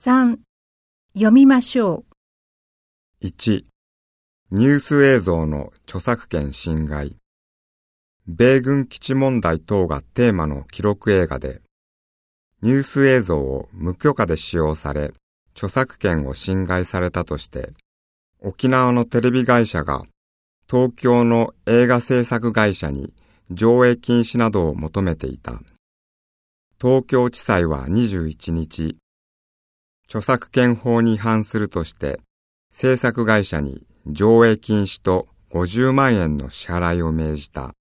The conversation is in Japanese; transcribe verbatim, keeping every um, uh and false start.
さん、読みましょう。 いち、ニュース映像の著作権侵害。米軍基地問題等がテーマの記録映画で、ニュース映像を無許可で使用され、著作権を侵害されたとして、沖縄のテレビ会社が東京の映画制作会社に上映禁止などを求めていた。東京地裁はにじゅういちにち、著作権法に違反するとして、制作会社に上映禁止とごじゅうまんえんの支払いを命じた。